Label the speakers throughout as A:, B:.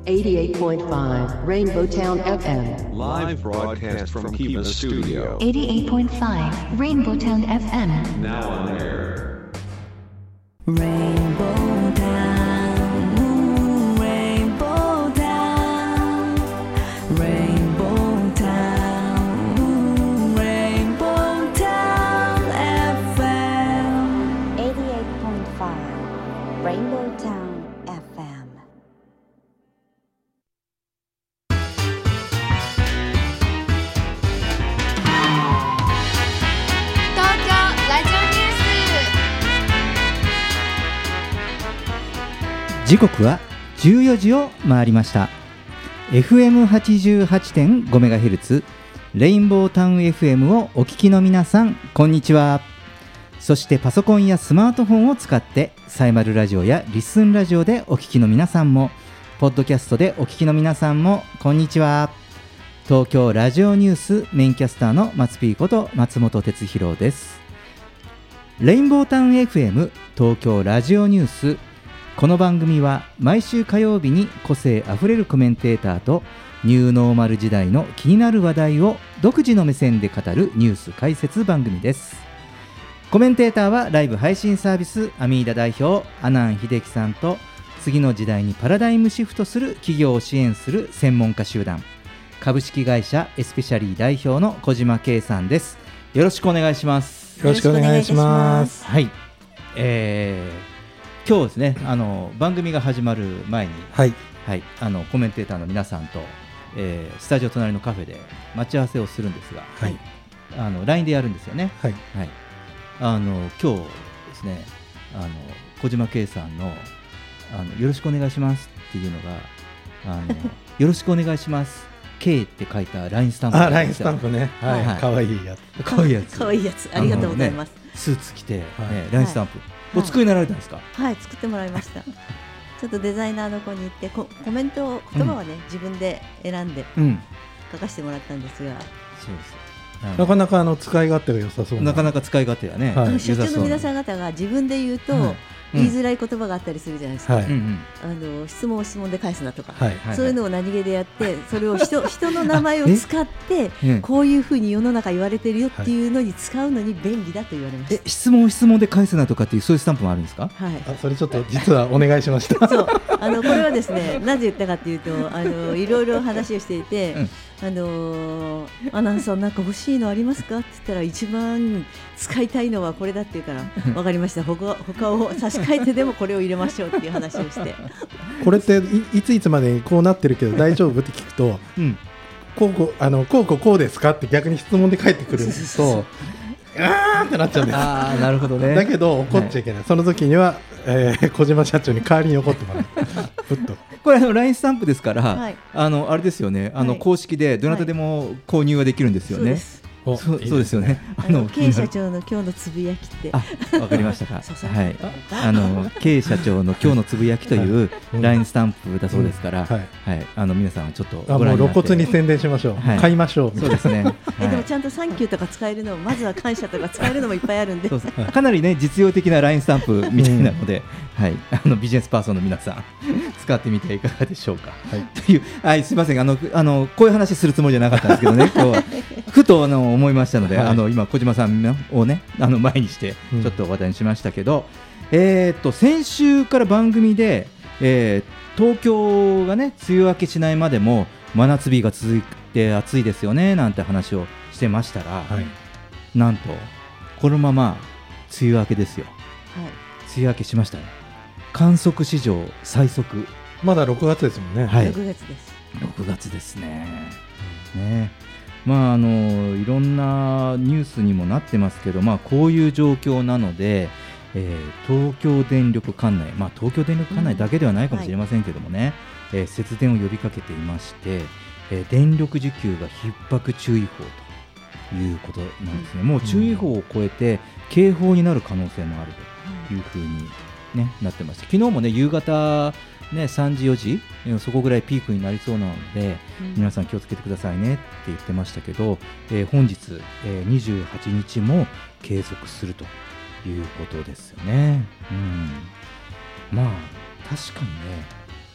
A: 88.5 Rainbow Town FM.
B: Live broadcast from Kiva Studio.
C: 88.5 Rainbow Town FM.
B: Now on air.
D: Rainbow Town, Rainbow Town, Rainbow Town, Rainbow Town FM.
E: 88.5 Rainbow Town FM。
F: 東京ラジオニュース。
G: 時刻は14時を回りました。 FM88.5MHz レインボータウン FM をお聞きの皆さん、こんにちは。そしてパソコンやスマートフォンを使ってサイマルラジオやリッスンラジオでお聞きの皆さんも、ポッドキャストでお聞きの皆さんもこんにちは。東京ラジオニュースメインキャスターの松 P こと松本哲弘です。レインボータウン FM 東京ラジオニュース、この番組は毎週火曜日に個性あふれるコメンテーターとニューノーマル時代の気になる話題を独自の目線で語るニュース解説番組です。コメンテーターはライブ配信サービスアミーダ代表阿南秀樹さんと、次の時代にパラダイムシフトする企業を支援する専門家集団株式会社エスペシャリー代表の小島圭さんです。よろしくお願いします。
H: よろしくお願いします。
G: はい、今日ですね、番組が始まる前に、
H: はい
G: はい、コメンテーターの皆さんと、スタジオ隣のカフェで待ち合わせをするんですが、
H: はい、
G: LINE でやるんですよね。
H: はい
G: はい、今日ですね、小島圭さんのよろしくお願いしますっていうのがよろしくお願いします K って書いた LINE スタンプ。
H: あ、LINE スタンプね。はい、
G: はい、
H: かわいいやつ。
G: かわいいやつ。
E: かわいいやつ、ありがとうございます。
G: スーツ着て、
H: はい
G: LINE スタンプ、お作りになられたんですか？
E: はい、作ってもらいました。ちょっとデザイナーの子に行ってコメントを、言葉はね、自分で選んで書かせてもらったんですが、
G: そうです。
H: なかなか使い勝手が良さそう
G: なかなか使い勝手がね、
H: はい、
E: 社長の皆さん方が自分で言うと、言いづらい言葉があったりするじゃないですか。はい、質問を質問で返すなとか、はい、そういうのを何気でやって、それを人の名前を使ってこういうふうに世の中言われてるよっていうのに使うのに便利だと言われました。
G: 質問を質問で返すなとかっていう、そういうスタンプもあるんですか？
E: はい、
H: それちょっと実はお願いしました
E: そう、これはですね、なぜ言ったかというと、いろいろ話をしていて、アナウンサーなんか欲しいのありますかって言ったら、一番使いたいのはこれだって言うから、分かりました、他を差し替えてでもこれを入れましょうっていう話をして
H: これっていつまでにこうなってるけど大丈夫って聞くと、こうですかって逆に質問で返ってくるんですと、あーってなっちゃうんです。
G: あ、なるほどね。
H: だけど怒っちゃいけない、はい、その時には、小島社長に代わりに怒ってもらう
G: これLINE スタンプですから、
E: はい、
G: あれですよね、公式でどなたでも購入はできるんですよね。そうですよね。
E: K 社長の今日のつぶやきって、
G: わかりましたか？はい、K 社長の今日のつぶやきという LINE スタンプだそうですから、はい、皆さんちょっとご覧になって、
H: もう露骨に宣伝しましょう。買いましょう。
G: そうですね。
E: でもちゃんとサンキューとか使えるのも、まずは感謝とか使えるのもいっぱいあるんで、
G: かなりね実用的な LINE スタンプみたいなので、はい、ビジネスパーソンの皆さん使ってみてはいかがでしょうか。という、はい、すみません、こういう話するつもりじゃなかったんですけどね、今日はふと思いましたので、今小島さんをね前にしてちょっと話題にしましたけど、先週から番組で、東京がね梅雨明けしないまでも真夏日が続いて暑いですよねなんて話をしてましたら、なんとこのまま梅雨明けですよ。梅雨明けしましたね。観測史上最速。
H: まだ6月ですもんね。
E: 6月です。
G: 6月ですね。いろんなニュースにもなってますけど、こういう状況なので、東京電力管内、東京電力管内だけではないかもしれませんけどもね、節電を呼びかけていまして、電力需給が逼迫注意報ということなんですね。もう注意報を超えて警報になる可能性もあるというふうに、なってまして、昨日もね夕方3時4時そこぐらいピークになりそうなので、皆さん気をつけてくださいねって言ってましたけど、本日、28日も継続するということですよね。確かにね、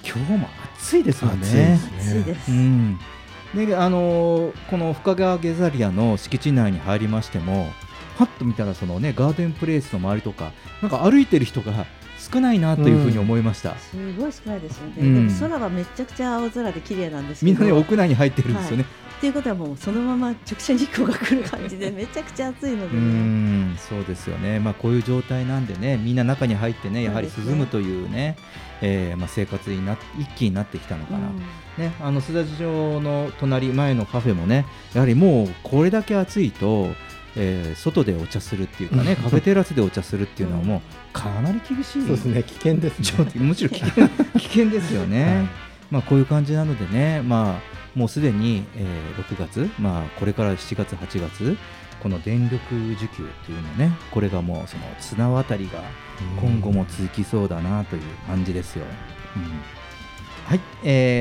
G: 今日も暑いですもんね。
H: 暑いですね。
E: 暑いです。
G: でこの深川ゲザリアの敷地内に入りましても、パッと見たらその、ね、ガーデンプレイスの周りとかなんか歩いてる人が少ないなというふうに思いました。
E: すごい少ないですよね。でも空はめちゃくちゃ青空で綺麗なんですけど、
G: みんなね屋内に入ってるんですよね。
E: っていうことはもうそのまま直射日光が来る感じでめちゃくちゃ暑いので、ね、
G: そうですよね。こういう状態なんでね、みんな中に入ってねやはり涼むというね、生活に一気になってきたのかな、ね、須田地城の隣前のカフェもねやはりもうこれだけ暑いと、外でお茶するっていうかねカフェテラスでお茶するっていうのはもうかなり厳しい、
H: そうですね、危険ですね。
G: むしろ危険ですよね。こういう感じなのでね、もうすでに、6月、これから7月8月この電力需給っていうのね、これがもうその綱渡りが今後も続きそうだなという感じですよ。はい、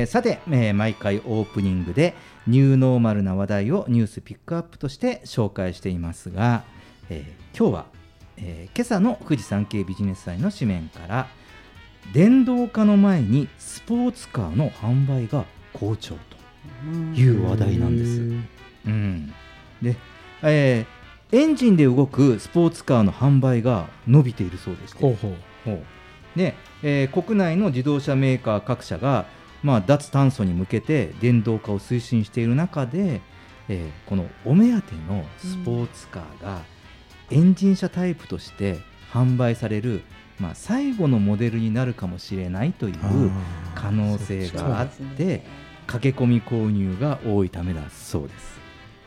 G: さて、毎回オープニングでニューノーマルな話題をニュースピックアップとして紹介していますが、今日は、今朝の富士山系ビジネス祭の紙面から電動化の前にスポーツカーの販売が好調という話題なんです。で、エンジンで動くスポーツカーの販売が伸びているそうでして、で、国内の自動車メーカー各社が、脱炭素に向けて電動化を推進している中で、このお目当てのスポーツカーがエンジン車タイプとして販売される、最後のモデルになるかもしれないという可能性があって駆け込み購入が多いためだそうです。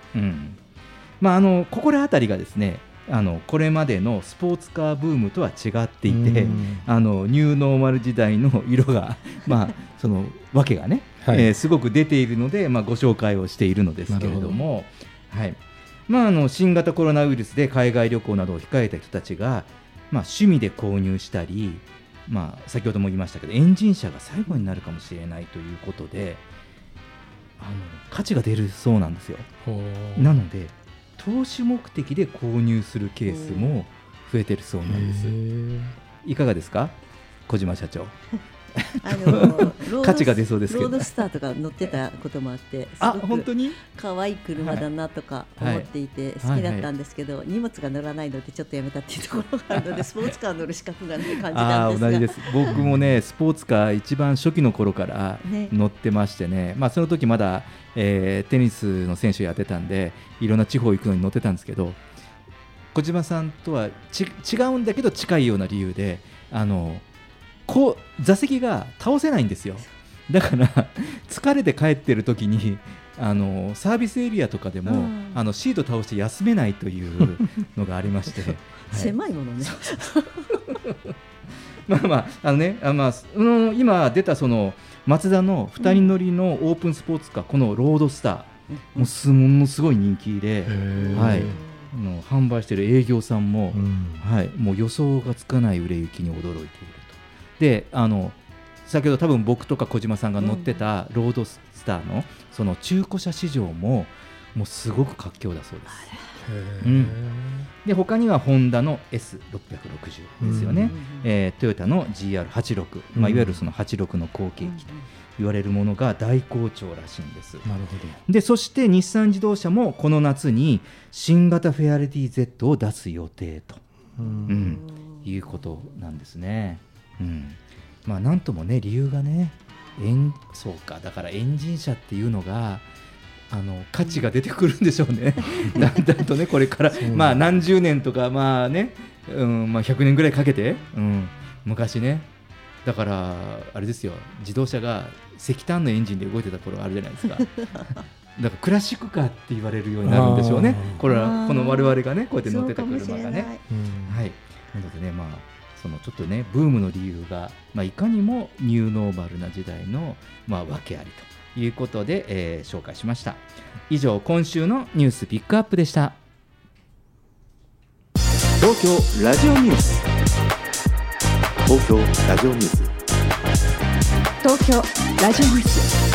G: ここらあたりがですねこれまでのスポーツカーブームとは違っていて、ニューノーマル時代の色が、そのわけがね、すごく出ているので、ご紹介をしているのですけれども、新型コロナウイルスで海外旅行などを控えた人たちが、趣味で購入したり、先ほども言いましたけどエンジン車が最後になるかもしれないということで価値が出るそうなんですよ。なので投資目的で購入するケースも増えてるそうなんです。いかがですか、小島社長。価値が出そうですけど、
E: ロードスターとか乗ってたこともあって、すごく
G: 本当に
E: 可愛い車だなとか思っていて好きだったんですけど、荷物が乗らないのでちょっとやめたっていうところがあるのでスポーツカー乗る資格がない感じなんですが。
G: 同じです。僕もねスポーツカー一番初期の頃から乗ってましてね、その時まだ、テニスの選手やってたんでいろんな地方行くのに乗ってたんですけど、小島さんとは違うんだけど近いような理由で座席が倒せないんですよ。だから疲れて帰ってる時にサービスエリアとかでも、シート倒して休めないというのがありまして、
E: 狭いものね。
G: 今出たそのマツダの2人乗りのオープンスポーツカー、このロードスターものすごい人気で、販売している営業さんも、もう予想がつかない売れ行きに驚いていると。で先ほど多分僕とか小島さんが乗ってたロードスターのその中古車市場もうすごく活況だそうです。で他にはホンダの S660 ですよね、トヨタの GR86、いわゆるその86の後継機と言われるものが大好調らしいんです。
H: なるほど。
G: でそして日産自動車もこの夏に新型フェアレディ Z を出す予定と、いうことなんですね。なんともね理由がねそうか、だからエンジン車っていうのが価値が出てくるんでしょうね。だんだんとねこれから何十年とか100年ぐらいかけて、昔ねだからあれですよ、自動車が石炭のエンジンで動いてた頃あるじゃないですか。だからクラシックカーって言われるようになるんでしょうね。この我々がねこうやって乗ってた車がね。なのでねそのちょっとねブームの理由が、いかにもニューノーマルな時代の、訳ありということで、紹介しました。以上今週のニュースピックアップでした。
I: 東京ラジオニュース、東京ラジオニュース、
F: 東京ラジオニュース。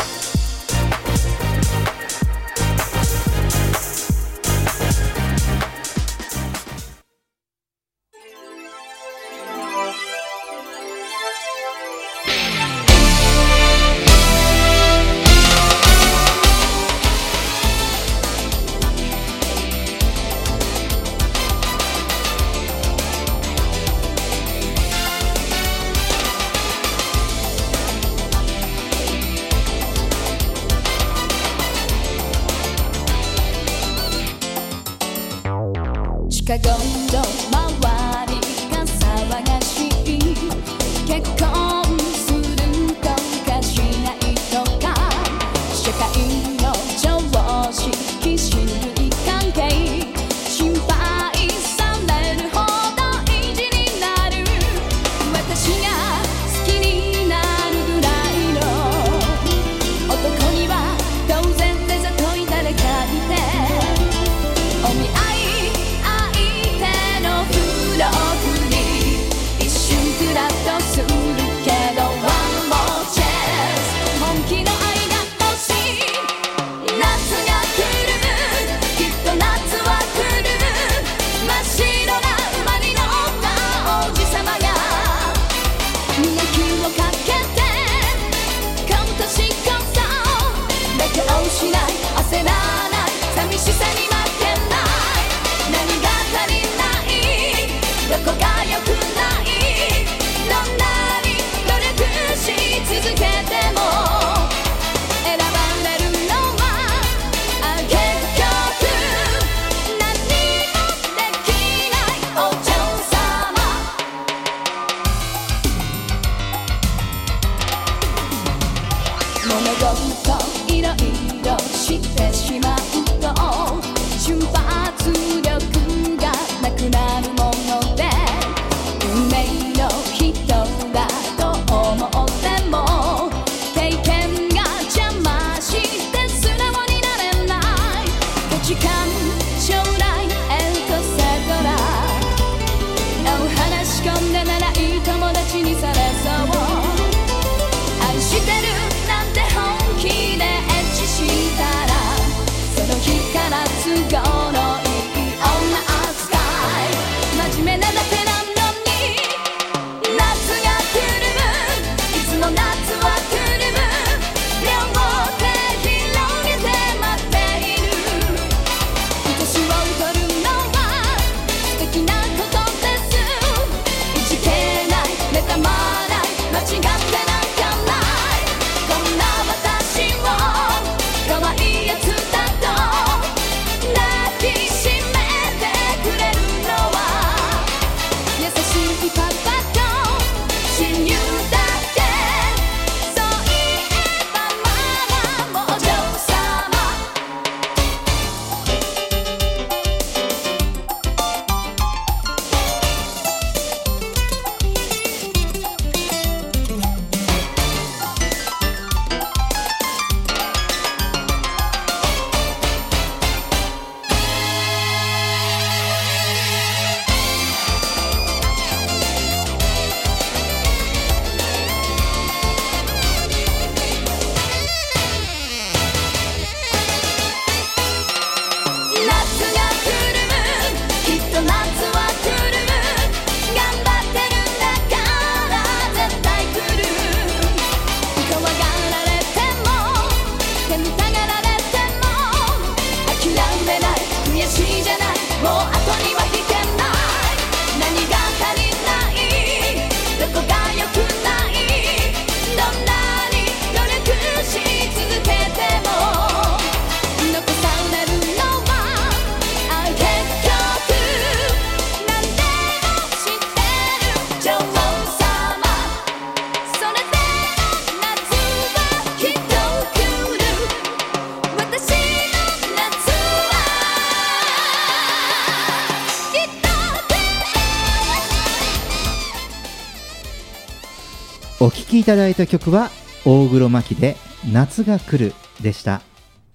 D: 近頃周りが騒がしい結婚するとかしないとか社会の常識し類関係心配されるほど意地になる私が好きになるぐらいの男には当然デザトイ誰かいてお見合い相手のフローに一瞬クラッとするけど One more chance 本気の愛が欲しい夏が来るきっと夏は来る真っ白な馬に乗った王子様が磨きをかけて今年こそ妥協しない焦らない寂しさに負けない何が足りないどこが良くないどんなに努力し続けても選ばれるのは結局何もできないお嬢様物事いろいろしてしまうと瞬発力がなくなるもので運命の人だと思っても経験が邪魔して素直になれない価値観将来セドラ話し込んでならいい友達にされそう愛してるなんて本気でエッチしたらその日から都合のいい女扱い真面目なだけなのに夏が来るいつの夏は来る両手広げて待っている年を取るのは素敵なことですいじけない妬まない間違ってなんかないこんな私を可愛いやつだと抱きしめてくれるのは優しいパパと親友だけそういえばママもお嬢様夏が来るきっと夏は来る頑張ってるんだから絶対来る怖がられても煙たがられても諦めない悔しいじゃないもう後には引けない何が足りないどこが良くないどんなに努力し続けても残されるのは結局何でも知ってる女王様それでも夏はきっと来る私の夏はきっと来る
G: お聴きいただいた曲は大黒摩季で夏が来るでした。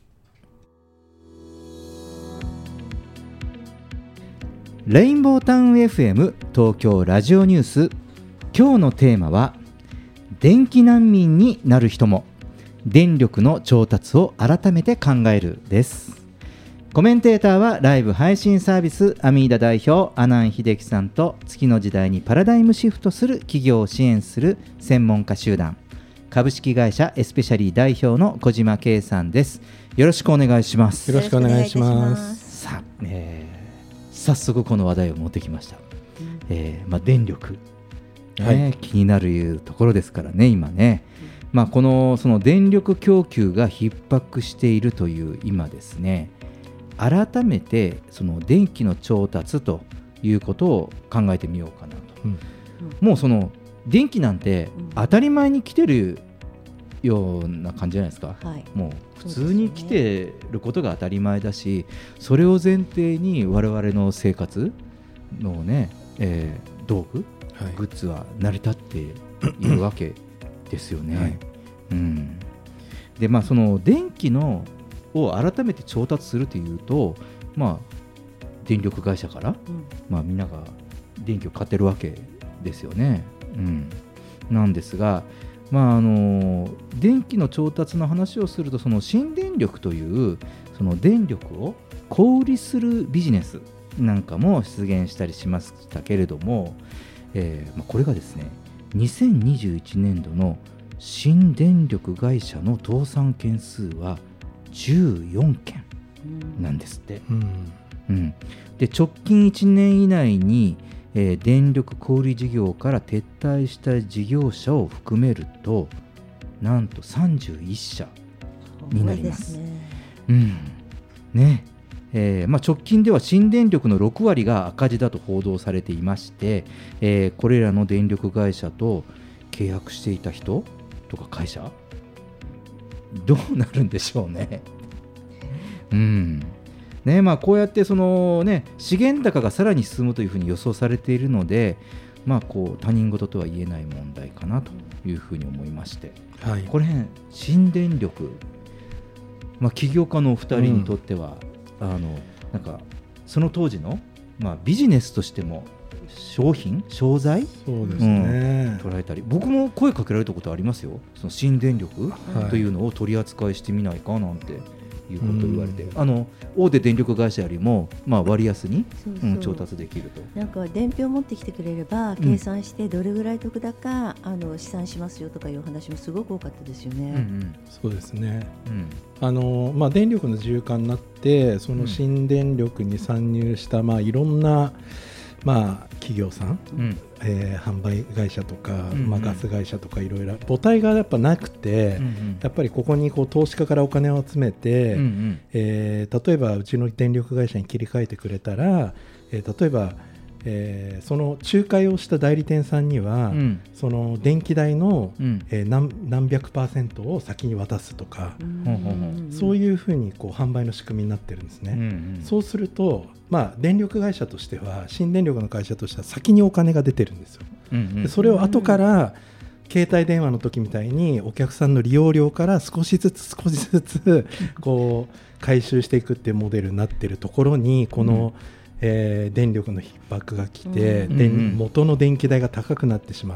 G: レインボータウン FM 東京ラジオニュース、今日のテーマは電気難民になる人も電力の調達を改めて考えるです。コメンテーターはライブ配信サービスアミーダ代表阿南秀樹さんと月の時代にパラダイムシフトする企業を支援する専門家集団株式会社エスペシャリー代表の小島圭さんです。よろしくお願いします。
H: よろしくお願いします。
G: さあ、早速この話題を持ってきました。電力、気になるところですからね今ね。その電力供給が逼迫しているという今ですね、 改めてその電気の調達ということを考えてみようかなと、もうその電気なんて当たり前に来てるような感じじゃないですか、もう普通に来てることが当たり前だし、それを前提に我々の生活のね、道具、グッズは成り立っているわけですよね、でその電気のを改めて調達するというと、電力会社から、みんなが電気を買ってるわけですよね、なんですが、電気の調達の話をすると、その新電力というその電力を小売りするビジネスなんかも出現したりしましたけれども、これがですね2021年度の新電力会社の倒産件数は14件なんですって、で直近1年以内に、電力小売事業から撤退した事業者を含めるとなんと31社になります。直近では新電力の6割が赤字だと報道されていまして、これらの電力会社と契約していた人とか会社どうなるんでしょうね。こうやってその、資源高がさらに進むというふうに予想されているので、他人事とは言えない問題かなというふうに思いまして、これ新電力、起業家のお二人にとっては、なんかその当時の、ビジネスとしても商品商材、捉えたり、僕も声かけられたことありますよ。その新電力というのを取り扱いしてみないかなんていうことを言われて、大手電力会社よりも、割安に調達できると。
E: なんか伝票を持ってきてくれれば計算してどれぐらい得だか、試算しますよとかいう話もすごく多かったですよね。
H: そうですね、電力の自由化になってその新電力に参入した、いろんな企業さん、販売会社とか、ガス会社とかいろいろ母体がやっぱなくて、やっぱりここに投資家からお金を集めて、例えばうちの電力会社に切り替えてくれたら、例えば、その仲介をした代理店さんには、その電気代の、何百%を先に渡すとか、そういうふうに販売の仕組みになってるんですね。そうすると電力会社としては、新電力の会社としては先にお金が出てるんですよ。でそれを後から携帯電話の時みたいにお客さんの利用料から少しずつ回収していくっていうモデルになってるところに、この、電力の逼迫が来て、元の電気代が高くなってしまって、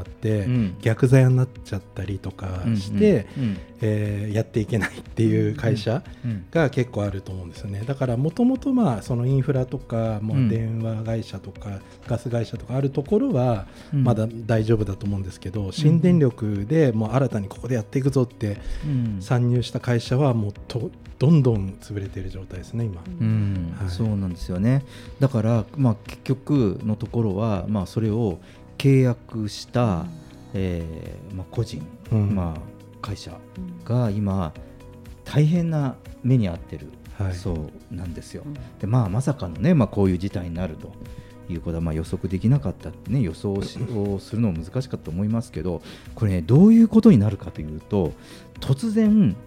H: 逆ザヤになっちゃったりとかして、やっていけないっていう会社が結構あると思うんですよね。だからもともとそのインフラとか、電話会社とかガス会社とかあるところはまだ大丈夫だと思うんですけど、新電力でもう新たにここでやっていくぞって参入した会社はもうどんどん潰れている状態ですね今。
G: そうなんですよね。だから、結局のところは、それを契約した、個人、会社が今大変な目に遭ってる、そうなんですよ。で、まさかのね、こういう事態になるということは予測できなかったってね、予想をするのも難しかったと思いますけど、これね、どういうことになるかというと、突然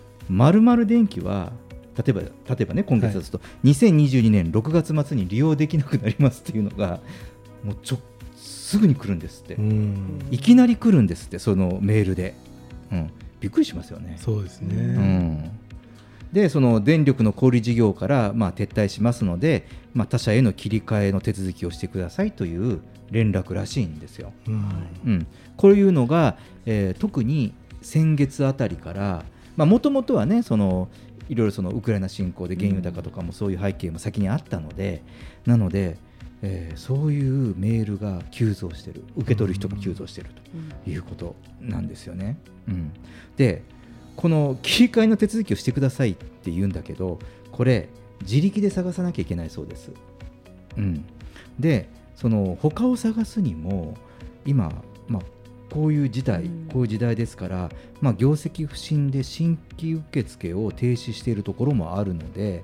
G: 〇〇電気は例えばね、今月ですと、2022年6月末に利用できなくなりますっていうのがもうすぐに来るんですって。いきなり来るんですって、そのメールで、びっくりしますよね。
H: そうですね、
G: でその電力の小売事業から、撤退しますので、他社への切り替えの手続きをしてくださいという連絡らしいんですよ。こういうのが、特に先月あたりからもともとはね、いろいろそのウクライナ侵攻で原油高とかもそういう背景も先にあったので、なので、そういうメールが急増している、受け取る人が急増しているということなんですよね。で、この切り替えの手続きをしてくださいって言うんだけど、これ自力で探さなきゃいけないそうです。で、その他を探すにも今、こういう時代ですから、業績不振で新規受付を停止しているところもあるので、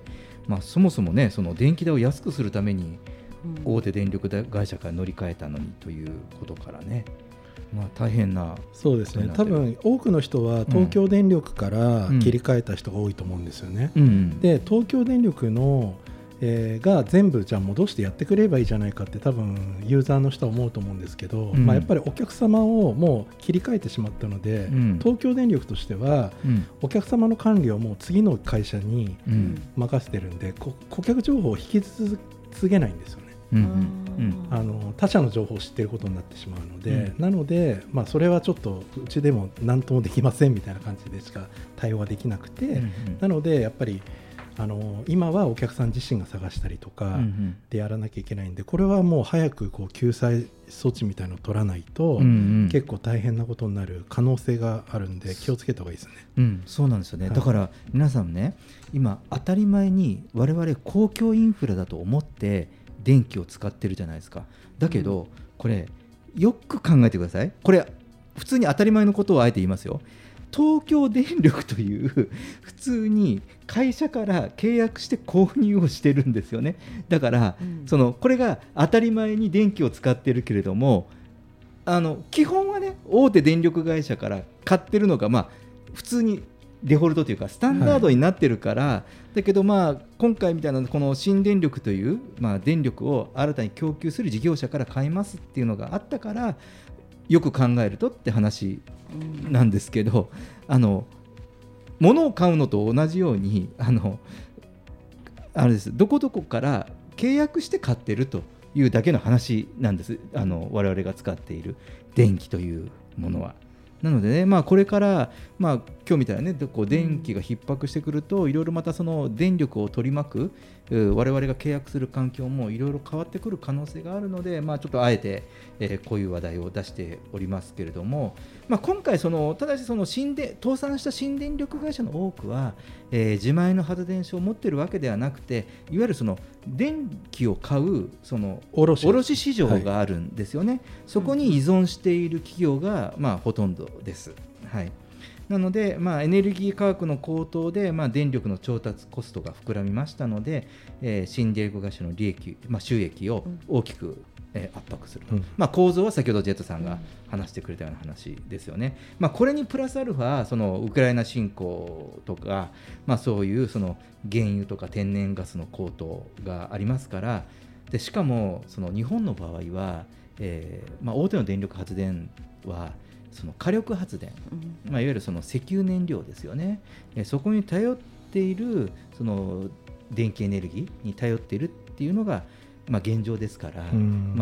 G: そもそもねその電気代を安くするために大手電力会社から乗り換えたのにということからね、大変な。
H: そうですね、多分多くの人は東京電力から切り替えた人が多いと思うんですよね、で東京電力のが全部じゃあ戻してやってくれればいいじゃないかって多分ユーザーの人は思うと思うんですけど、やっぱりお客様をもう切り替えてしまったので、東京電力としては、お客様の管理をもう次の会社に任せてるんで、顧客情報を引き続けないんですよね、他社の情報を知っていることになってしまうので、なので、それはちょっとうちでも何ともできませんみたいな感じでしか対応ができなくて、なのでやっぱり今はお客さん自身が探したりとかでやらなきゃいけないんで、これはもう早く救済措置みたいなのを取らないと、結構大変なことになる可能性があるんで気をつけた方がいいですね。
G: そうなんですよね、だから皆さんね今当たり前に我々公共インフラだと思って電気を使ってるじゃないですか。だけど、これよく考えてください。これ普通に当たり前のことをあえて言いますよ。東京電力という普通に会社から契約して購入をしてるんですよね。だから、これが当たり前に電気を使ってるけれども、基本はね大手電力会社から買ってるのが普通にデフォルトというかスタンダードになってるから、だけど今回みたいなこの新電力という、電力を新たに供給する事業者から買いますっていうのがあったからよく考えるとって話なんですけど、物を買うのと同じようにあれです、どこどこから契約して買ってるというだけの話なんです、我々が使っている電気というものは。なのでね、これから、今日みたいなね電気が逼迫してくるといろいろまたその電力を取り巻く我々が契約する環境もいろいろ変わってくる可能性があるので、ちょっとあえて、こういう話題を出しておりますけれども、今回ただし倒産した新電力会社の多くは、自前の発電所を持っているわけではなくて、いわゆる電気を買う卸市場があるんですよね。そこに依存している企業が、ほとんどです。なので、エネルギー価格の高騰で、電力の調達コストが膨らみましたので、新電力会社の利益、収益を大きく、圧迫すると、構造は先ほどジェットさんが話してくれたような話ですよね。これにプラスアルファウクライナ侵攻とか、そういう原油とか天然ガスの高騰がありますから、でしかも日本の場合は、大手の電力発電は火力発電、いわゆる石油燃料ですよね。そこに頼っている電気エネルギーに頼っているっていうのが、現状ですから、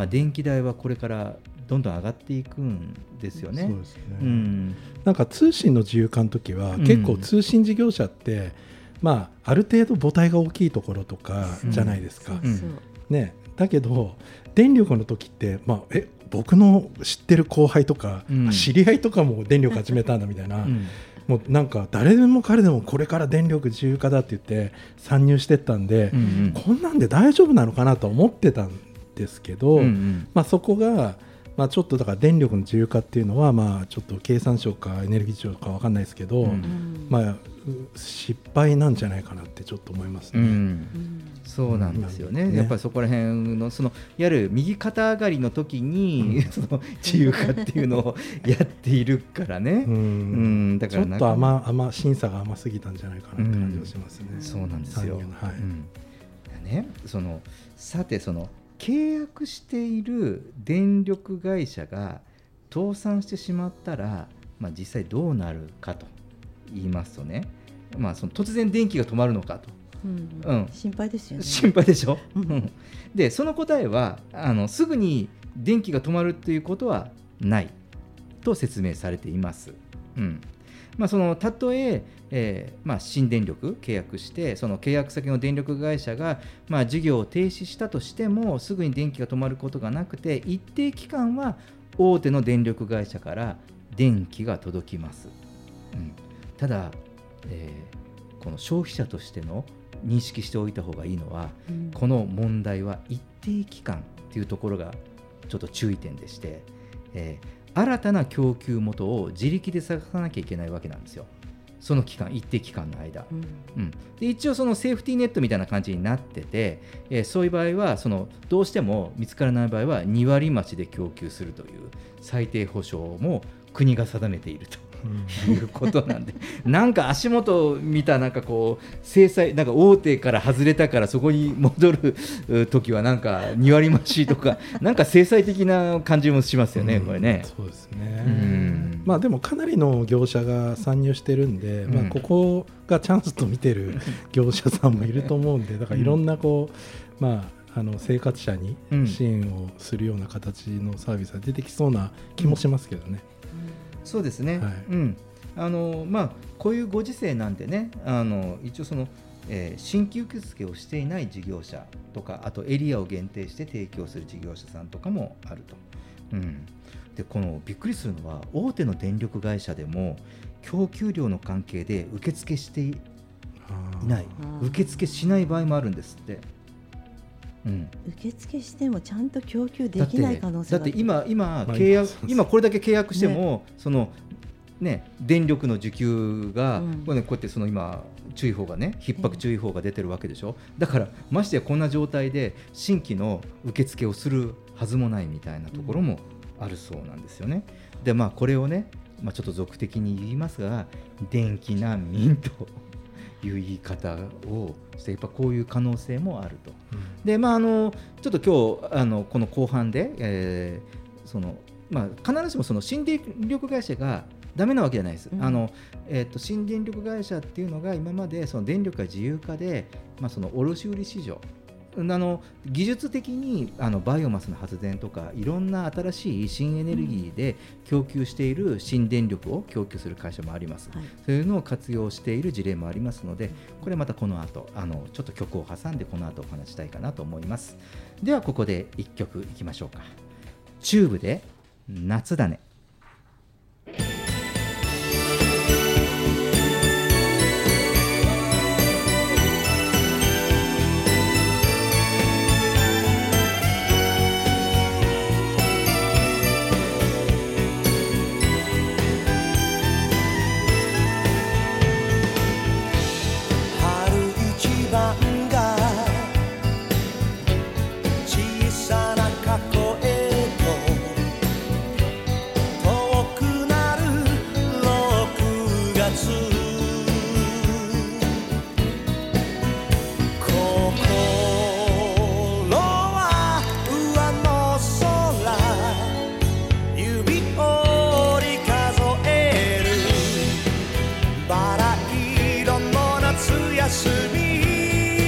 G: 電気代はこれからどんどん上がっていくんですよね。
H: そうですね、なんか通信の自由化の時は、結構通信事業者って、ある程度母体が大きいところとかじゃないですか、だけど電力の時って、僕の知ってる後輩とか、知り合いとかも電力始めたんだみたいな、もうなんか誰でも彼でもこれから電力自由化だって言って参入してったんで、こんなんで大丈夫なのかなと思ってたんですけど、そこが、ちょっとだから電力の自由化っていうのは、ちょっと経産省かエネルギー庁か分かんないですけど、失敗なんじゃないかなってちょっと思いますね。
G: そうなんですよね。やっぱりそこら辺のいわゆる右肩上がりの時に、自由化っていうのをやっているからね。だから
H: ちょっと審査が甘すぎたんじゃないかなって感じがしますね。
G: そうなんですよ。さて契約している電力会社が倒産してしまったら、実際どうなるかと言いますとね、突然電気が止まるのかと、
E: 心配ですよね。
G: 心配でしょ、でその答えはすぐに電気が止まるということはないと説明されています。たとえ新電力契約して契約先の電力会社が事業を停止したとしても、すぐに電気が止まることがなくて、一定期間は大手の電力会社から電気が届きます。ただ、この消費者としての認識しておいた方がいいのは、この問題は一定期間というところがちょっと注意点でして、新たな供給元を自力で探さなきゃいけないわけなんですよ。 その期間、一定期間の間、で一応そのセーフティーネットみたいな感じになってて、そういう場合はどうしても見つからない場合は2割増しで供給するという最低保障も国が定めているということなんでなんか足元を見た制裁なんか大手から外れたからそこに戻る時はなんか2割増しとかなんか制裁的な感じもしますよね、これね。
H: そうですね、でもかなりの業者が参入してるんで、ここがチャンスと見てる業者さんもいると思うんで、だからいろんな生活者に支援をするような形のサービスが出てきそうな気もしますけどね。
G: そうですね、こういうご時世なんでね、一応新規受付をしていない事業者とか、あとエリアを限定して提供する事業者さんとかもあると。でびっくりするのは大手の電力会社でも供給量の関係で受付していない、受付しない場合もあるんですって。
E: 受付してもちゃんと供給できない可能性がある。
G: だって今これだけ契約しても、電力の需給が、こうやって今注意報がね、逼迫注意報が出てるわけでしょ。だからましてやこんな状態で新規の受付をするはずもないみたいなところもあるそうなんですよね。でこれをね、ちょっと俗的に言いますが、電気難民という言い方をして、やっぱこういう可能性もあると。でちょっと今日この後半で、必ずしも新電力会社がダメなわけじゃないです。新電力会社っていうのが今まで電力が自由化で、卸売市場、技術的にバイオマスの発電とかいろんな新しい新エネルギーで供給している新電力を供給する会社もあります、そういうのを活用している事例もありますので、これまたこの後ちょっと曲を挟んでこの後お話したいかなと思います。ではここで1曲いきましょうか。チューブで夏だね。
J: 休み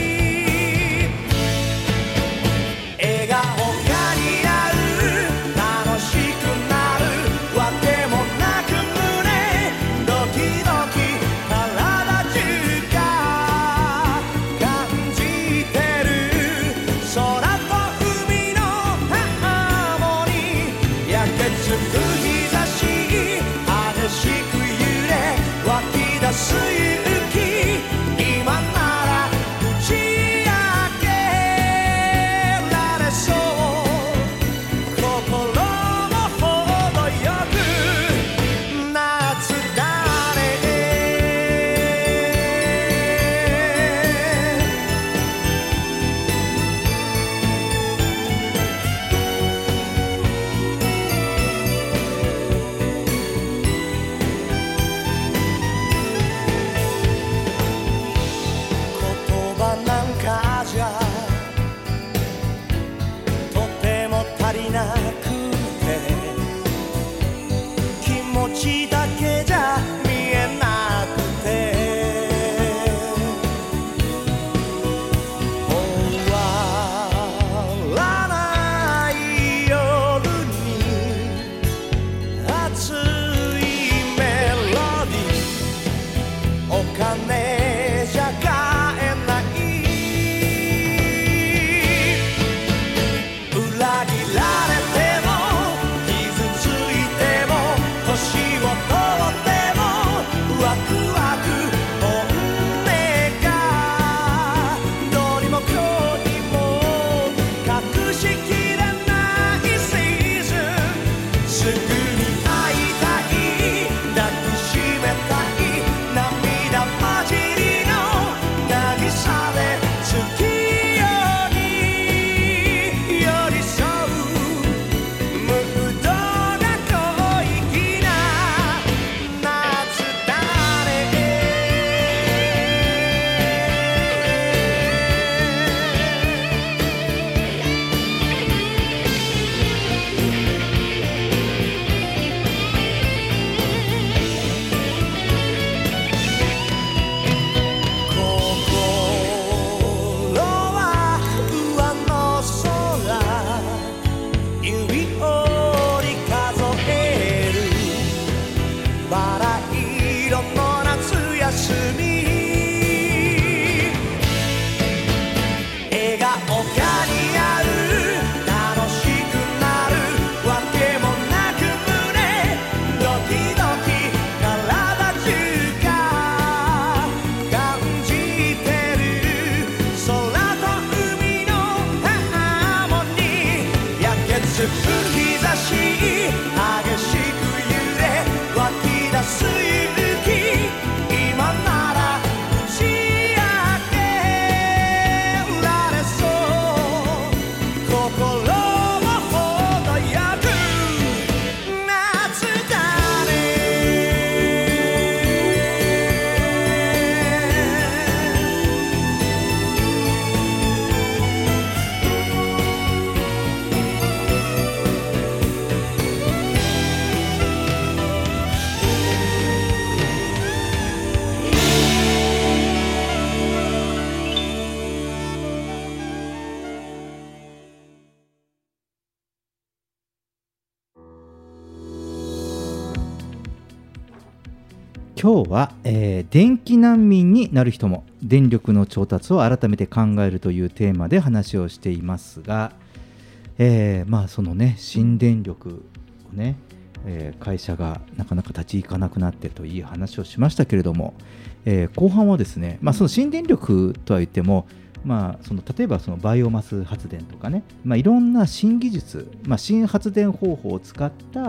G: 今日は、電気難民になる人も電力の調達を改めて考えるというテーマで話をしていますが、そのね新電力をね、会社がなかなか立ち行かなくなってという話をしましたけれども、後半はですね、その新電力とは言っても、例えばそのバイオマス発電とかね、いろんな新技術、新発電方法を使った、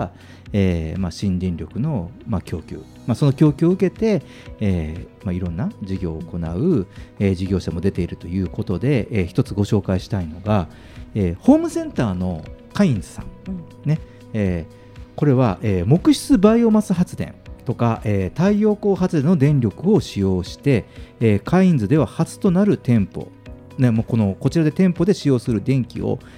G: 新電力の、供給、その供給を受けて、いろんな事業を行う、事業者も出ているということで、一つご紹介したいのが、ホームセンターのカインズさん、ね、これは、木質バイオマス発電とか、太陽光発電の電力を使用して、カインズでは初となる店舗、もうこちらで店舗で使用する電気を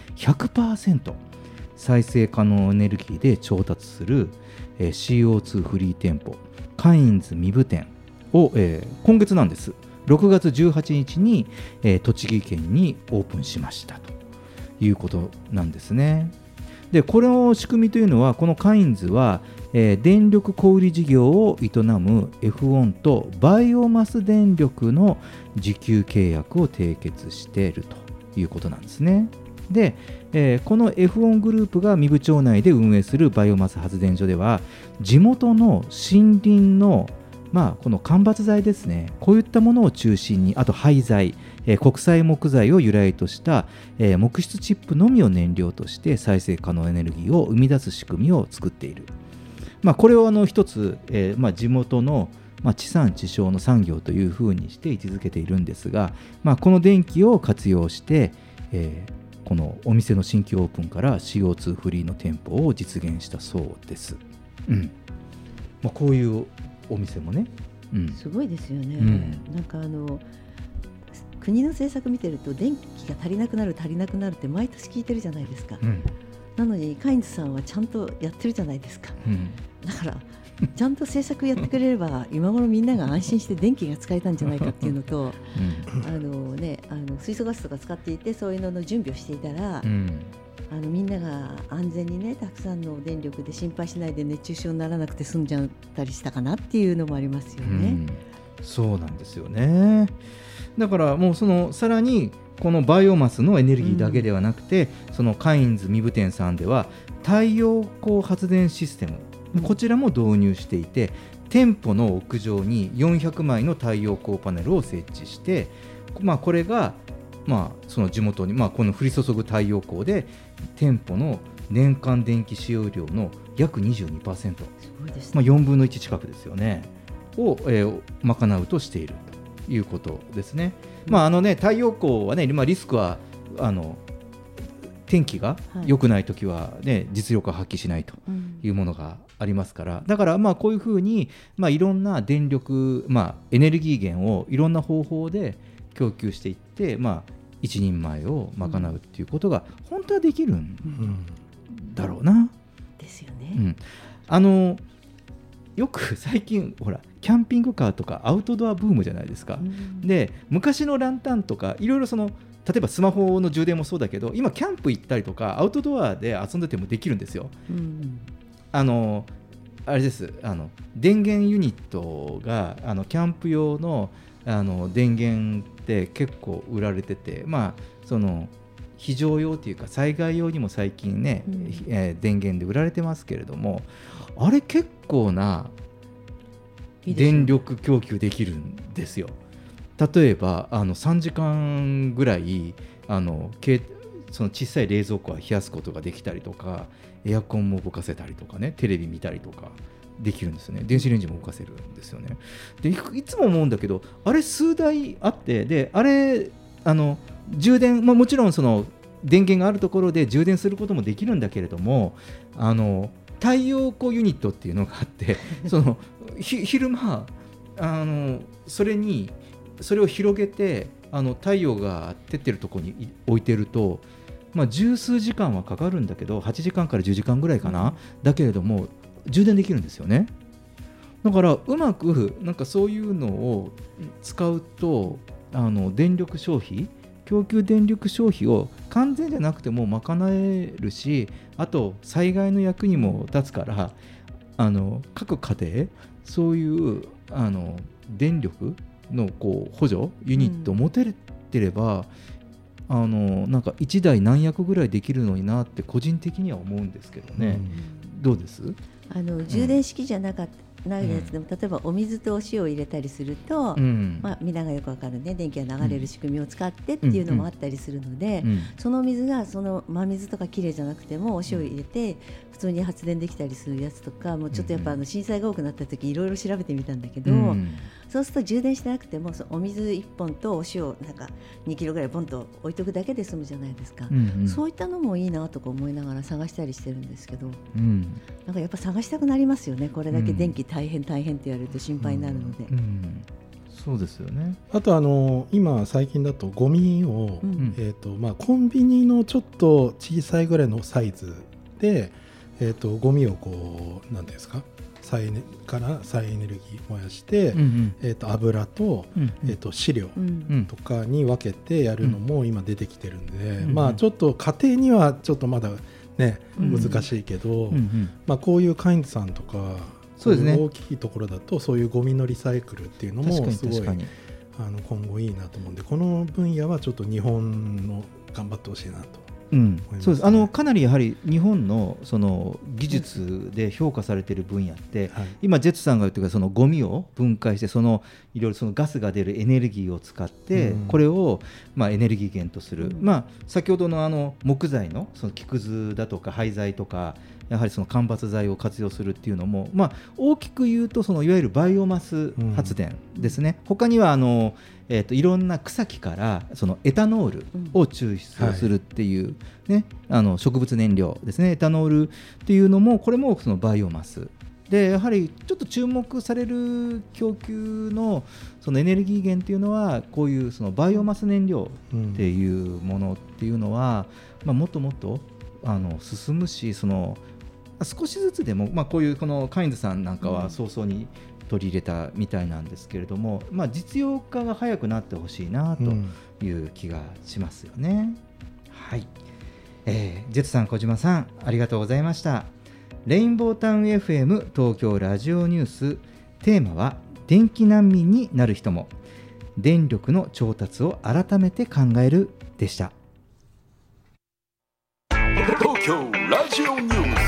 G: 100% 再生可能エネルギーで調達する、CO2 フリー店舗カインズ三部店を、今月なんです6月18日に、栃木県にオープンしましたということなんですね。でこの仕組みというのは、このカインズは、電力小売事業を営む F1 とバイオマス電力の受給契約を締結しているということなんですね。で、この F1 グループが壬生町内で運営するバイオマス発電所では、地元の森林のこの間伐材ですね、こういったものを中心に、あと廃材、国際木材を由来とした、木質チップのみを燃料として再生可能エネルギーを生み出す仕組みを作っている。これを一つ、地元の、地産地消の産業というふうにして位置づけているんですが、この電気を活用して、このお店の新規オープンから CO2 フリーの店舗を実現したそうです。こういうお店もね、
E: すごいですよね。なんか国の政策見てると、電気が足りなくなるって毎年聞いてるじゃないですか。なのにカインズさんはちゃんとやってるじゃないですか。だからちゃんと政策やってくれれば今頃みんなが安心して電気が使えたんじゃないかっていうのと、水素ガスとか使っていて、そういうのの準備をしていたら、みんなが安全にね、たくさんの電力で心配しないで熱中症にならなくて済んじゃったりしたかなっていうのもありますよね。
G: そうなんですよね。だからもうさらにこのバイオマスのエネルギーだけではなくて、そのカインズ三部店さんでは太陽光発電システム、こちらも導入していて、店舗の屋上に400枚の太陽光パネルを設置して、これがその地元に、この降り注ぐ太陽光で店舗の年間電気使用量の約 22%、
E: すごいですね。
G: 4分の1近くですよねを、賄うとしているということですね。太陽光はね、リスクは天気が良くないときは、実力を発揮しないというものがありますから、だからこういうふうに、いろんな電力、エネルギー源をいろんな方法で供給していって、一人前を賄うっていうことが本当はできるんだろうな。
E: ですよね。
G: よく最近ほらキャンピングカーとかアウトドアブームじゃないですか。で昔のランタンとかいろいろ例えばスマホの充電もそうだけど、今キャンプ行ったりとかアウトドアで遊んでてもできるんですよ。あれです、電源ユニットがキャンプ用の電源って結構売られてて、非常用というか災害用にも最近ね、電源で売られてますけれども、あれ結構な電力供給できるんですよ。例えば3時間ぐらいその小さい冷蔵庫は冷やすことができたりとか、エアコンも動かせたりとかね、テレビ見たりとかできるんですよね。電子レンジも動かせるんですよね。でいつも思うんだけど、あれ数台あって、であれ充電、もちろん電源があるところで充電することもできるんだけれども、太陽光ユニットっていうのがあって昼間それを広げて太陽が照ってるところに置いてると、十数時間はかかるんだけど、8時間から10時間ぐらいかな、だけれども充電できるんですよね。だからうまくそういうのを使うと電力消費、供給電力消費を完全じゃなくても賄えるし、あと災害の役にも立つから、各家庭そういう電力のこう補助ユニットを持ててれば、なんか1台何役ぐらいできるのになって個人的には思うんですけどね、どうです？
E: 充電式じゃなかったないやつでも、例えばお水とお塩を入れたりすると、みんながよくわかるね、電気が流れる仕組みを使ってっていうのもあったりするので、その水がその真水とかきれいじゃなくてもお塩を入れて普通に発電できたりするやつとかも、ちょっとやっぱ震災が多くなった時いろいろ調べてみたんだけど、そうすると充電してなくてもお水1本とお塩なんか2キロぐらいポンと置いとくだけで済むじゃないですか、そういったのもいいなとか思いながら探したりしてるんですけど、なんかやっぱ探したくなりますよね。これだけ電気大変って言われると心配になるので、
G: そうですよね。
H: あと今最近だとゴミを、コンビニのちょっと小さいぐらいのサイズで、ゴミをこう何ていうんですか、再エネルギー燃やして、油と、飼料とかに分けてやるのも今出てきてるんで、ちょっと家庭にはちょっとまだね、難しいけど、こういうカインズさんとかそうですね、大きいところだとそういうゴミのリサイクルっていうのもすごい今後いいなと思うんで、この分野はちょっと日本の頑張ってほしいなと思いますね。
G: そうです。かなりやはり日本のその技術で評価されている分野って、今ジェットさんが言ってるそのゴミを分解していろいろそのガスが出るエネルギーを使って、これをエネルギー源とする、先ほどの木材のその木くずだとか廃材とかやはりその間伐材を活用するっていうのも、大きく言うといわゆるバイオマス発電ですね。他にはいろんな草木からそのエタノールを抽出するっていう、植物燃料ですね。エタノールっていうのもこれもそのバイオマスで、やはりちょっと注目される供給のそのエネルギー源っていうのはこういうそのバイオマス燃料っていうものっていうのは、もっともっと進むし、少しずつでも、こういうこのカインズさんなんかは早々に取り入れたみたいなんですけれども、実用化が早くなってほしいなという気がしますよね。はい、ジェットさん、小島さん、ありがとうございました。レインボータウン FM 東京ラジオニュース、テーマは電気難民になる人も、電力の調達を改めて考えるでした。
I: 東京ラジオニュース。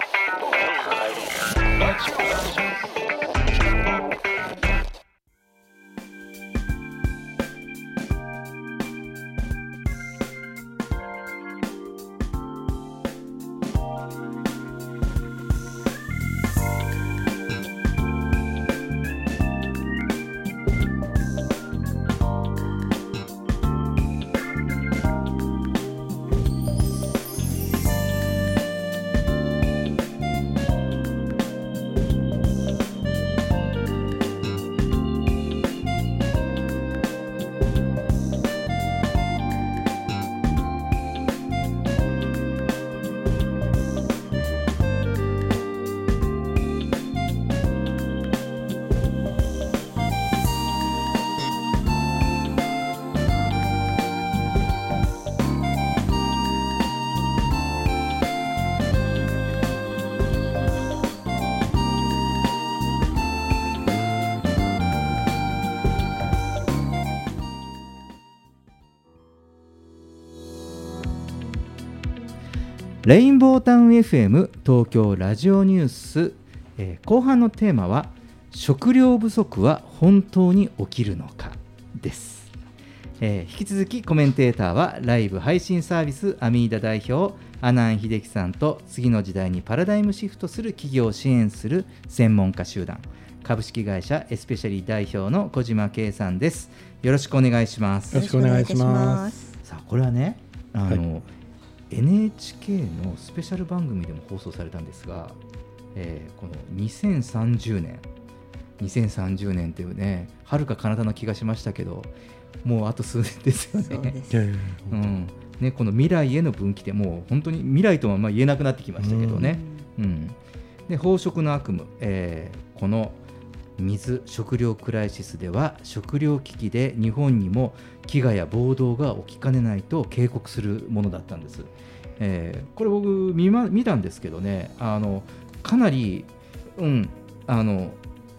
G: レインボータウン FM 東京ラジオニュース、後半のテーマは食料不足は本当に起きるのかです。引き続きコメンテーターはライブ配信サービスアミーダ代表阿南秀樹さんと、次の時代にパラダイムシフトする企業を支援する専門家集団株式会社エスペシャリー代表の小島圭さんです。よろしくお願いします。
H: よろしくお願いします。
G: さあ、これはね、NHK のスペシャル番組でも放送されたんですが、この2030年っていうね、遥か彼方の気がしましたけど、もうあと数年ですよね。そうですね、この未来への分岐でもう本当に未来とは言えなくなってきましたけどね、で飽食の悪夢、この水食料クライシスでは食料危機で日本にも飢餓や暴動が起きかねないと警告するものだったんです。これ僕見たんですけどね、かなり、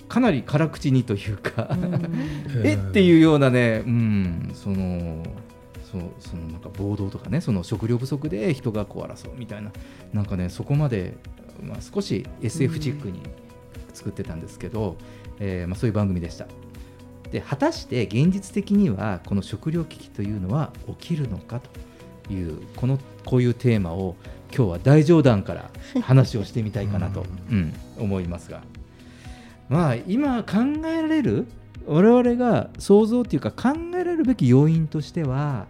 G: かなり辛口にというかっていうようなね、そのなんか暴動とかね、その食料不足で人がこう争うみたいな、なんかねそこまで、少し SF チックに作ってたんですけど、そういう番組でした。で果たして現実的にはこの食料危機というのは起きるのかというこういうテーマを今日は大冗談から話をしてみたいかなと、思いますが、今考えられる我々が想像というか考えられるべき要因としては、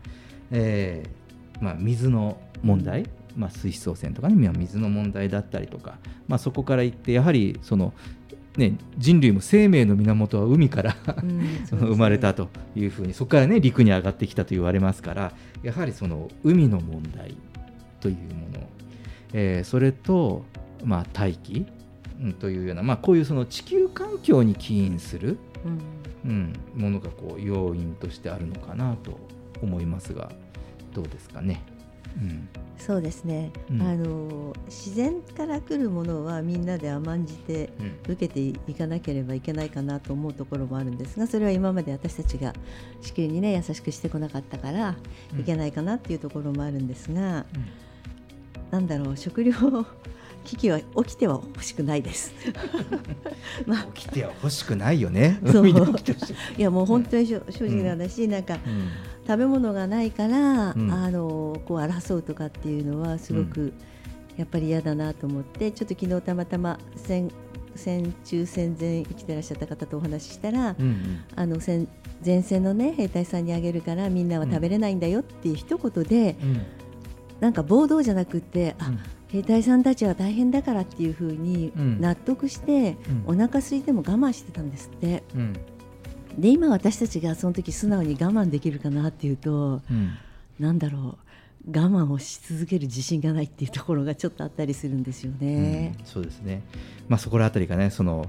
G: 水の問題、水質汚染とかね、水の問題だったりとか、そこからいってやはりその人類も生命の源は海から生まれたというふうに、そこからね陸に上がってきたと言われますから、やはりその海の問題というもの、それと大気というような、こういうその地球環境に起因する、ものがこう要因としてあるのかなと思いますが、どうですかね。
E: そうですね、自然から来るものはみんなで甘んじて受けていかなければいけないかなと思うところもあるんですが、それは今まで私たちが地球にね優しくしてこなかったからいけないかなっていうところもあるんですが、なんだろう、食料危機は起きては欲しくないです
G: 起きては欲しくないよね
E: いやもう本当に正直な話、なんか、食べ物がないから、こう争うとかっていうのはすごくやっぱり嫌だなと思って、ちょっと昨日たまたま戦中戦前生きてらっしゃった方とお話ししたら、前線のね兵隊さんにあげるからみんなは食べれないんだよっていう一言で、なんか暴動じゃなくて、兵隊さんたちは大変だからっていう風に納得して、お腹空いても我慢してたんですって、で今私たちがその時素直に我慢できるかなっていうと、なんだろう、我慢をし続ける自信がないっていうところがちょっとあったりするんですよね。
G: そうですね、そこらあたりがねその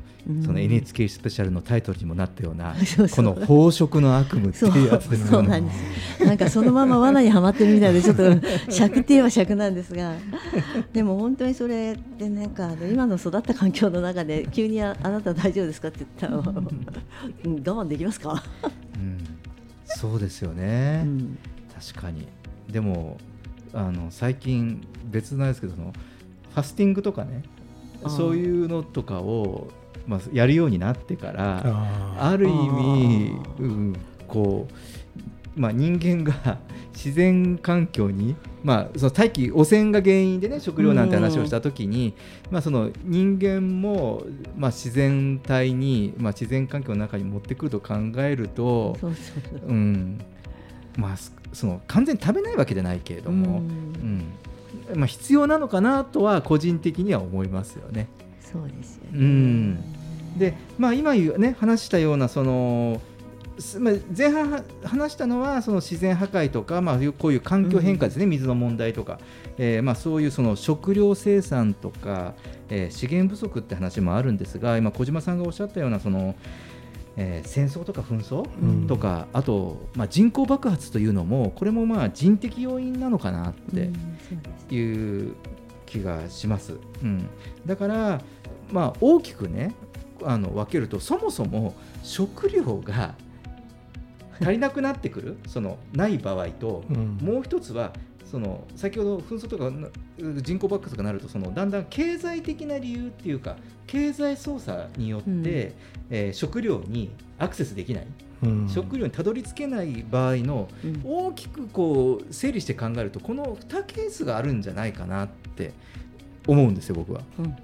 G: NHK スペシャルのタイトルにもなったようなこの飽食の悪夢っていうやつですね。
E: そうなんです。なんかそのまま罠にはまってるみたいでちょっと尺って言えば尺なんですが、でも本当にそれでなんか今の育った環境の中で急に あなた大丈夫ですかって言ったら我慢できますか
G: そうですよね、確かに。でも最近別なんですけど、ファスティングとかね、そういうのとかを、やるようになってから、ある意味、こう人間が自然環境に、その大気汚染が原因でね食料なんて話をしたときに、その人間も、自然体に、自然環境の中に持ってくると考えると、その完全に食べないわけじゃないけれども、必要なのかなとは個人的には思いますよね。
E: そうですよね。
G: で、今ね話したようなその前半話したのはその自然破壊とか、こういう環境変化ですね、水の問題とか、そういうその食料生産とか、資源不足って話もあるんですが、今小島さんがおっしゃったようなその戦争とか紛争とか、あと、人口爆発というのもこれも人的要因なのかなっていう気がします。だから、大きくね分けると、そもそも食料が足りなくなってくるそのない場合と、もう一つはその先ほど紛争とか人口爆発とかなると、そのだんだん経済的な理由っていうか経済操作によって、食料にアクセスできない、食料にたどり着けない場合の、大きくこう整理して考えるとこの2ケースがあるんじゃないかなって思うんですよ、僕は。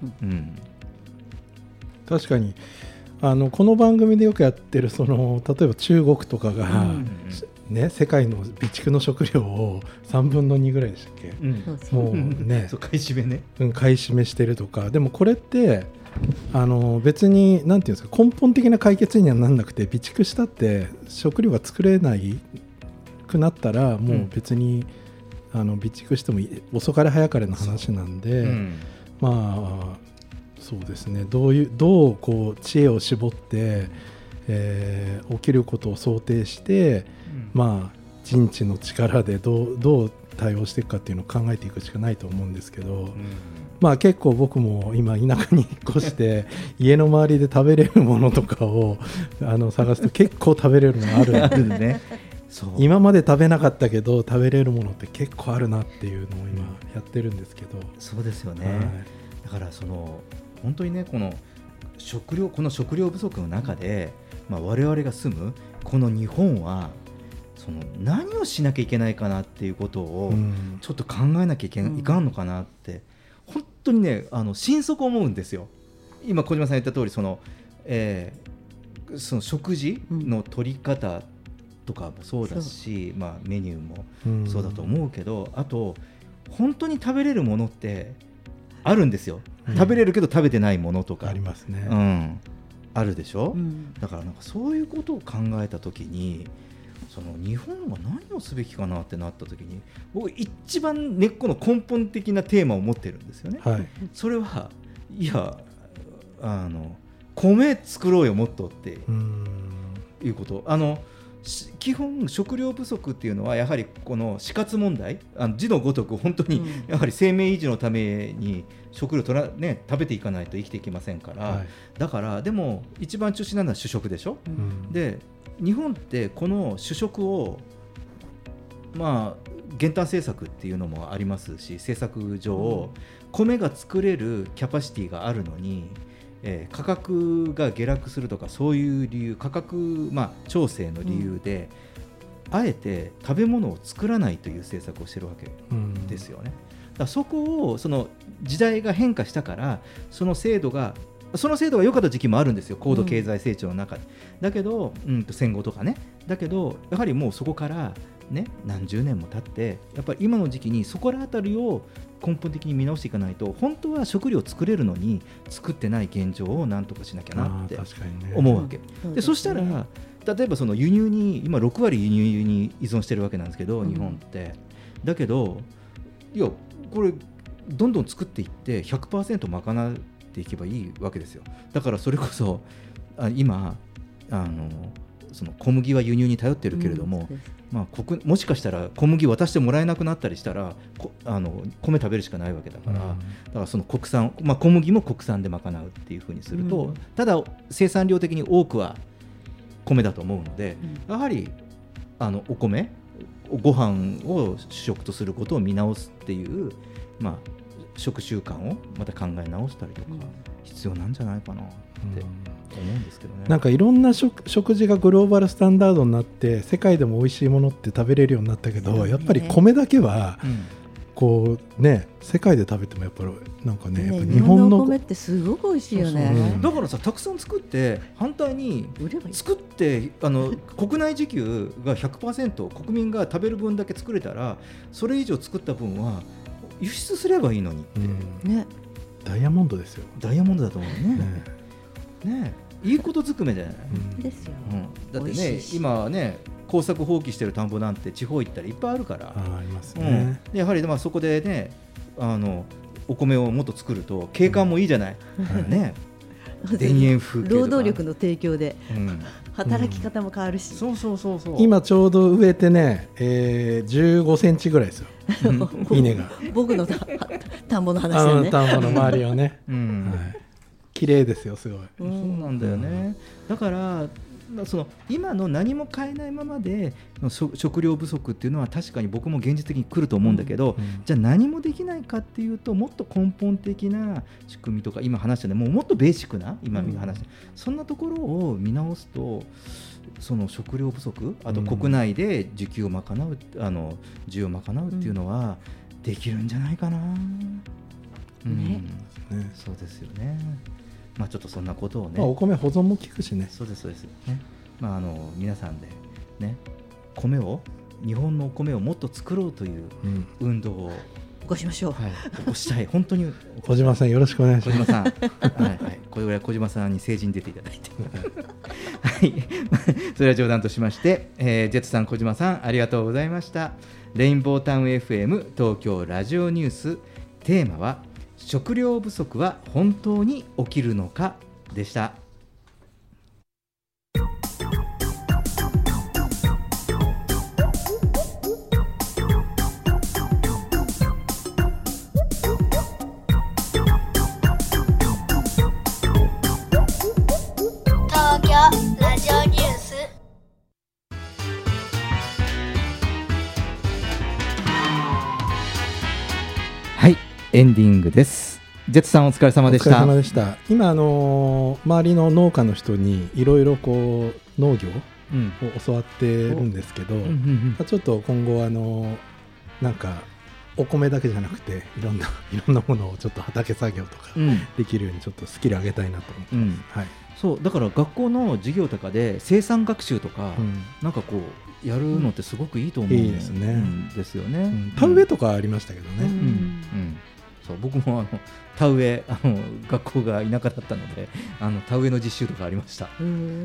H: 確かにこの番組でよくやってるその例えば中国とかが、世界の備蓄の食料を3分の2ぐらいでしたっけ、もうね
G: 買い占めね、
H: 買い占めしてるとか。でもこれって別になんていうんですか、根本的な解決にはなんなくて、備蓄したって食料が作れないくなったらもう別に、備蓄しても遅かれ早かれの話なんで、そうですね、どうこう知恵を絞って、起きることを想定して、人知の力でどう対応していくかっていうのを考えていくしかないと思うんですけど、 まあ、結構僕も今田舎に引っ越して家の周りで食べれるものとかを探すと結構食べれるのある
G: あるね。そう
H: 今まで食べなかったけど食べれるものって結構あるなっていうのを今やってるんですけど、
G: そうですよね、
H: はい、
G: だから本当にねこの食料不足の中で、我々が住むこの日本は何をしなきゃいけないかなっていうことをちょっと考えなきゃいかんのかなって本当にね心底思うんですよ。今小島さん言った通りその食事の取り方とかもそうだし、メニューもそうだと思うけど、あと本当に食べれるものってあるんですよ、食べれるけど食べてないものとか
H: ありますね、
G: あるでしょ、だからなんかそういうことを考えたときに日本は何をすべきかなってなったときに僕一番根っこの根本的なテーマを持ってるんですよね、はい、それはいや米作ろうよもっとっていうこと。基本食料不足っていうのはやはりこの死活問題字のごとく本当にやはり生命維持のために食料食べていかないと生きていけませんから、はい、だからでも一番中心なのは主食でしょ、で日本ってこの主食を減反政策っていうのもありますし政策上、米が作れるキャパシティがあるのに価格が下落するとかそういう理由価格、調整の理由で、あえて食べ物を作らないという政策をしてるわけですよね、だからそこを時代が変化したからその制度が良かった時期もあるんですよ高度経済成長の中で、だけど、戦後とかねだけどやはりもうそこから何十年も経ってやっぱり今の時期にそこら辺りを根本的に見直していかないと本当は食料を作れるのに作ってない現状をなんとかしなきゃなって思うわけ、でそしたら例えば輸入に今6割輸入に依存してるわけなんですけど日本って、だけどいやこれどんどん作っていって 100% 賄っていけばいいわけですよ。だからそれこそ今小麦は輸入に頼ってるけれども、もしかしたら小麦渡してもらえなくなったりしたら米食べるしかないわけだから、だからその国産、小麦も国産で賄うっていうふうにすると、ただ生産量的に多くは米だと思うので、やはりお米ご飯を主食とすることを見直すっていう、食習慣をまた考え直したりとか必要なんじゃないかなって思うんですけどね。
H: なんかいろんな食事がグローバルスタンダードになって世界でも美味しいものって食べれるようになったけど、やっぱり米だけはこう世界で食べてもやっぱりなんかね、やっぱ日本の
E: 米ってすごく美味しいよね。
G: だからさたくさん作って反対に作って国内自給が 100% 国民が食べる分だけ作れたらそれ以上作った分は輸出すればいいのにって、ね、
H: ダイヤモンドですよ。
G: ダイヤモンドだと思うね。いいことずくめじゃない、
E: ですよ、
G: だってね今ね耕作放棄してる田んぼなんて地方行ったらいっぱいあるから、
H: ありますね、
G: でやはりそこでねお米をもっと作ると景観もいいじゃない、ね田園風景とか
E: 労働力の提供で、働き方も変わるし、
G: そう
H: 今ちょうど植えてね、15センチぐらいですよ稲が
E: 僕の田んぼの話だね。
H: 田んぼの周りをね、綺麗ですよすごい、
G: そうなんだよね、だから今の何も変えないままで食料不足っていうのは確かに僕も現実的に来ると思うんだけど、じゃあ何もできないかっていうともっと根本的な仕組みとか今話したねもっとベーシックな今話した、そんなところを見直すとその食料不足あと国内で需給を賄う需要を賄うっていうのはできるんじゃないかな、そうですよね。ちょっとそんなことをね、
H: お米保存も効くしね。
G: そうですね。皆さんでね日本のお米をもっと作ろうという運動を
E: 起こしましょう。
G: 起こしたい。本当に
H: 小島さんよろしくお願いします。
G: 小島さん、これぐらい小島さんに政治に出ていただいて、はい。それは冗談としまして、ジェットさん小島さんありがとうございました。レインボータウン FM 東京ラジオニュース、テーマは食料不足は本当に起きるのかでした。 エンディングです。ジェットさんお疲れ様でした。
H: お疲れ様でした。今周りの農家の人にいろいろこう農業を教わってるんですけど、ちょっと今後なんかお米だけじゃなくていろんなものをちょっと畑作業とかできるようにちょっとスキル上げたいなと思ってます。はい。
G: そうだから学校の授業とかで生産学習とか、なんかこうやるのってすごくいいと思うんですね。ですよね。
H: 田植えとかありましたけどね。
G: そう僕も田植え学校が田舎だったので田植えの実習とかありました。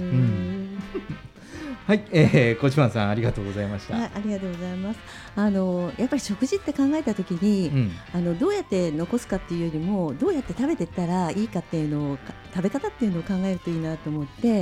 G: はい、小島さんありがとうございました。
E: はい、ありがとうございます。やっぱり食事って考えたときに、どうやって残すかっていうよりもどうやって食べていったらいいかっていうのを食べ方っていうのを考えるといいなと思って、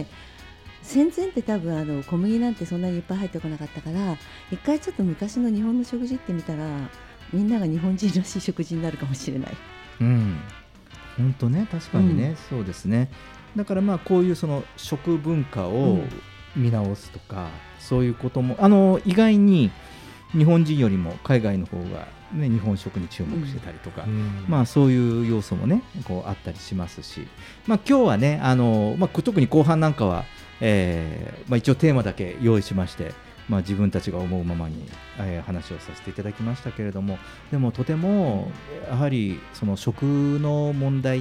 E: 戦前って多分小麦なんてそんなにいっぱい入ってこなかったから、一回ちょっと昔の日本の食事って見たらみんなが日本人らしい食事になるかもしれない。
G: 本当ね、確かにね、そうですね。だからこういうその食文化を見直すとか、そういうことも意外に日本人よりも海外の方が、ね、日本食に注目してたりとか、そういう要素もねこうあったりしますし、今日はね特に後半なんかは、一応テーマだけ用意しまして、自分たちが思うままに、話をさせていただきましたけれども、でもとてもやはりその食の問題って、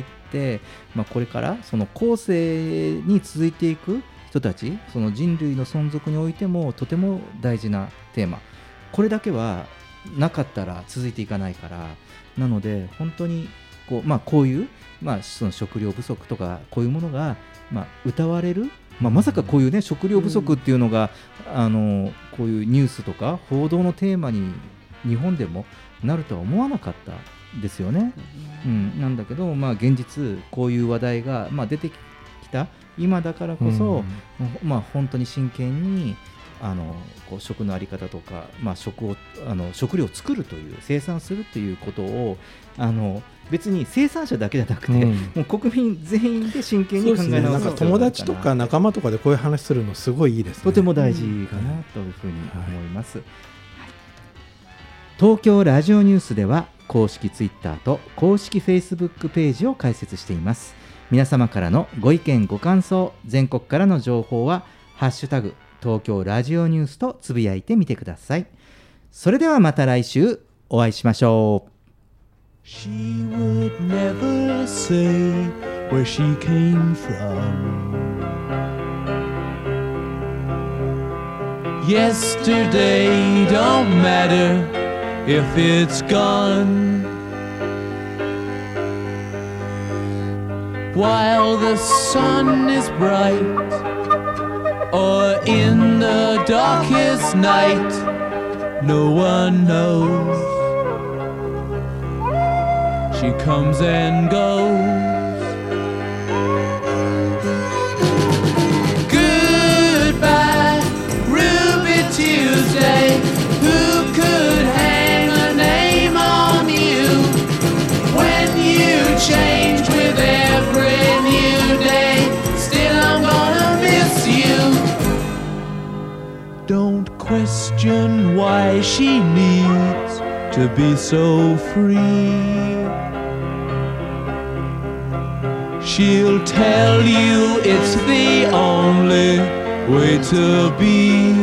G: これからその後世に続いていく人たち、その人類の存続においてもとても大事なテーマ、これだけはなかったら続いていかないから、なので本当にこういう、その食料不足とかこういうものが、謳われる、まさかこういうね食料不足っていうのが、こういうニュースとか報道のテーマに日本でもなるとは思わなかったですよね。なんだけど、現実こういう話題が、出てきた今だからこそ、本当に真剣にこう食の在り方とか、食料を作るという生産するということを別に生産者だけじゃなくて、もう国民全員で真剣に考え直す必要があるかな。なんか
H: 友達とか仲間とかでこういう話するのすごいいいですね。
G: とても大事かなというふうに思います。東京ラジオニュースでは公式ツイッターと公式フェイスブックページを開設しています。皆様からのご意見ご感想、全国からの情報はハッシュタグ東京ラジオニュースとつぶやいてみてください。それではまた来週お会いしましょう。
J: She would never say where she came from. Yesterday don't matter if it's gone. While the sun is bright, or in the darkest night, no one knows. She comes and goes. Goodbye, Ruby Tuesday. Who could hang a name on you when you change with every new day? Still I'm gonna miss you. Don't question why she needs to be so free. She'll tell you it's the only way to be.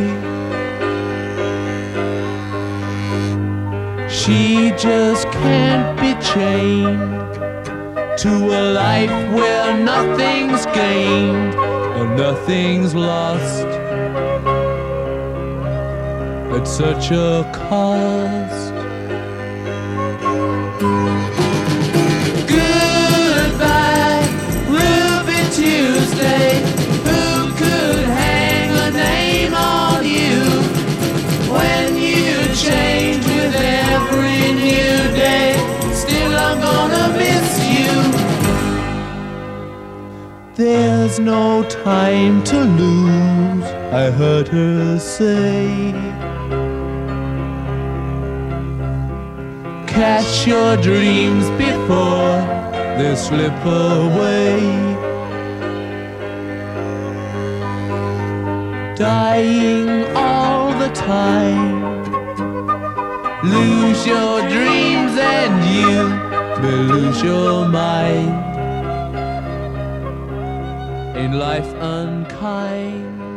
J: She just can't be chained to a life where nothing's gained and nothing's lost at such a cost. Goodbye, Ruby Tuesday. Who could hang a name on you when you change with every new day? Still I'm gonna miss you. There's no time to lose, I heard her say. Catch your dreams before they slip away. Dying all the time. Lose your dreams and you may lose your mind. In life unkind,